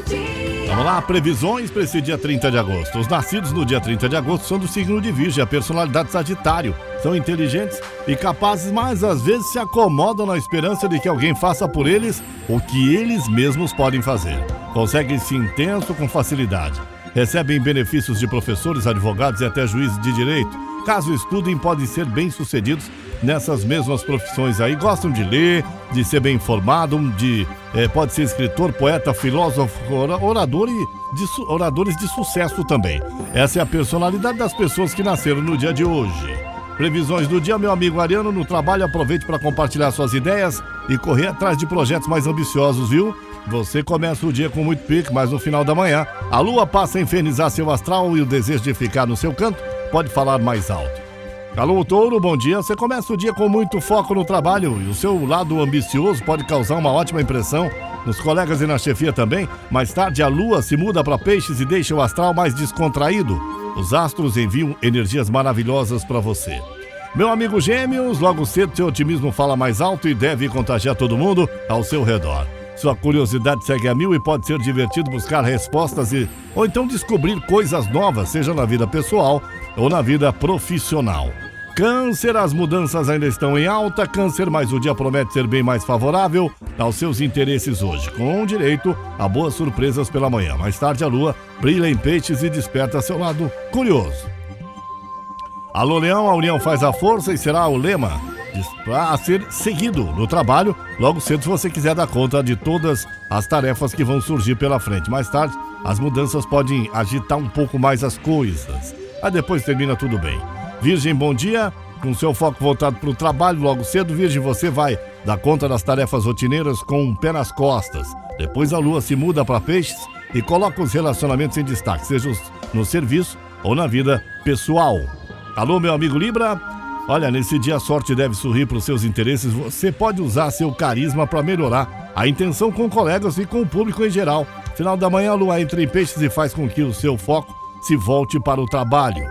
Vamos lá, previsões para esse dia 30 de agosto. Os nascidos no dia 30 de agosto são do signo de Virgem, a personalidade Sagitário. São inteligentes e capazes, mas às vezes se acomodam na esperança de que alguém faça por eles o que eles mesmos podem fazer. Conseguem-se intenso com facilidade. Recebem benefícios de professores, advogados e até juízes de direito. Caso estudem, podem ser bem-sucedidos nessas mesmas profissões aí. Gostam de ler, de ser bem informado, pode ser escritor, poeta, filósofo, oradores de sucesso também. Essa é a personalidade das pessoas que nasceram no dia de hoje. Previsões do dia, meu amigo Ariano, no trabalho aproveite para compartilhar suas ideias e correr atrás de projetos mais ambiciosos, viu? Você começa o dia com muito pique, mas no final da manhã, a lua passa a infernizar seu astral e o desejo de ficar no seu canto pode falar mais alto. Alô, Touro, bom dia. Você começa o dia com muito foco no trabalho e o seu lado ambicioso pode causar uma ótima impressão nos colegas e na chefia também. Mais tarde, a lua se muda para Peixes e deixa o astral mais descontraído. Os astros enviam energias maravilhosas para você. Meu amigo Gêmeos, logo cedo seu otimismo fala mais alto e deve contagiar todo mundo ao seu redor. Sua curiosidade segue a mil e pode ser divertido buscar respostas ou então descobrir coisas novas, seja na vida pessoal ou na vida profissional. Câncer, as mudanças ainda estão em alta. Câncer, mas o dia promete ser bem mais favorável aos seus interesses hoje, com direito a boas surpresas pela manhã. Mais tarde a lua brilha em Peixes e desperta seu lado curioso. Alô, Leão, a união faz a força e será o lema a ser seguido no trabalho logo cedo se você quiser dar conta de todas as tarefas que vão surgir pela frente. Mais tarde, as mudanças podem agitar um pouco mais as coisas. Aí depois termina tudo bem. Virgem, bom dia. Com seu foco voltado para o trabalho logo cedo, Virgem, você vai dar conta das tarefas rotineiras com um pé nas costas. Depois a lua se muda para Peixes e coloca os relacionamentos em destaque, seja no serviço ou na vida pessoal. Alô, meu amigo Libra. Olha, nesse dia a sorte deve sorrir para os seus interesses. Você pode usar seu carisma para melhorar a intenção com colegas e com o público em geral. Final da manhã a lua entra em Peixes e faz com que o seu foco se volte para o trabalho.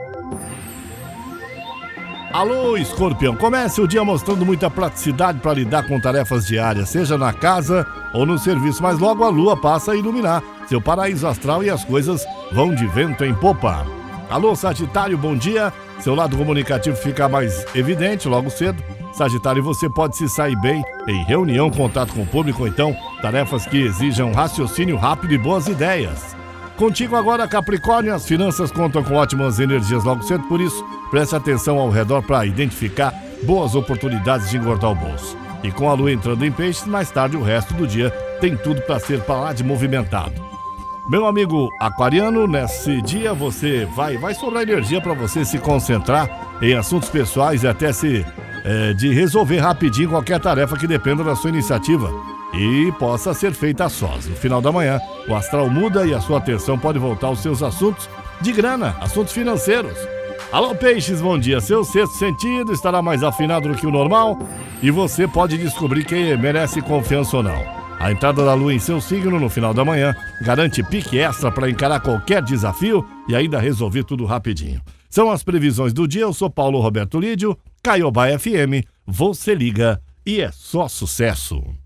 Alô, Escorpião, comece o dia mostrando muita praticidade para lidar com tarefas diárias, seja na casa ou no serviço, mas logo a lua passa a iluminar seu paraíso astral e as coisas vão de vento em popa. Alô, Sagitário, bom dia. Seu lado comunicativo fica mais evidente logo cedo. Sagitário, você pode se sair bem em reunião, contato com o público, ou então tarefas que exijam raciocínio rápido e boas ideias. Contigo agora, Capricórnio, as finanças contam com ótimas energias logo cedo, por isso preste atenção ao redor para identificar boas oportunidades de engordar o bolso. E com a lua entrando em Peixes, mais tarde o resto do dia tem tudo para ser para lá de movimentado. Meu amigo aquariano, nesse dia você vai sobrar energia para você se concentrar em assuntos pessoais e até de resolver rapidinho qualquer tarefa que dependa da sua iniciativa e possa ser feita a sós. No final da manhã, o astral muda e a sua atenção pode voltar aos seus assuntos de grana, assuntos financeiros. Alô, Peixes, bom dia. Seu sexto sentido estará mais afinado do que o normal e você pode descobrir quem merece confiança ou não. A entrada da lua em seu signo no final da manhã garante pique extra para encarar qualquer desafio e ainda resolver tudo rapidinho. São as previsões do dia. Eu sou Paulo Roberto Lídio, Caiobá FM. Você liga e é só sucesso.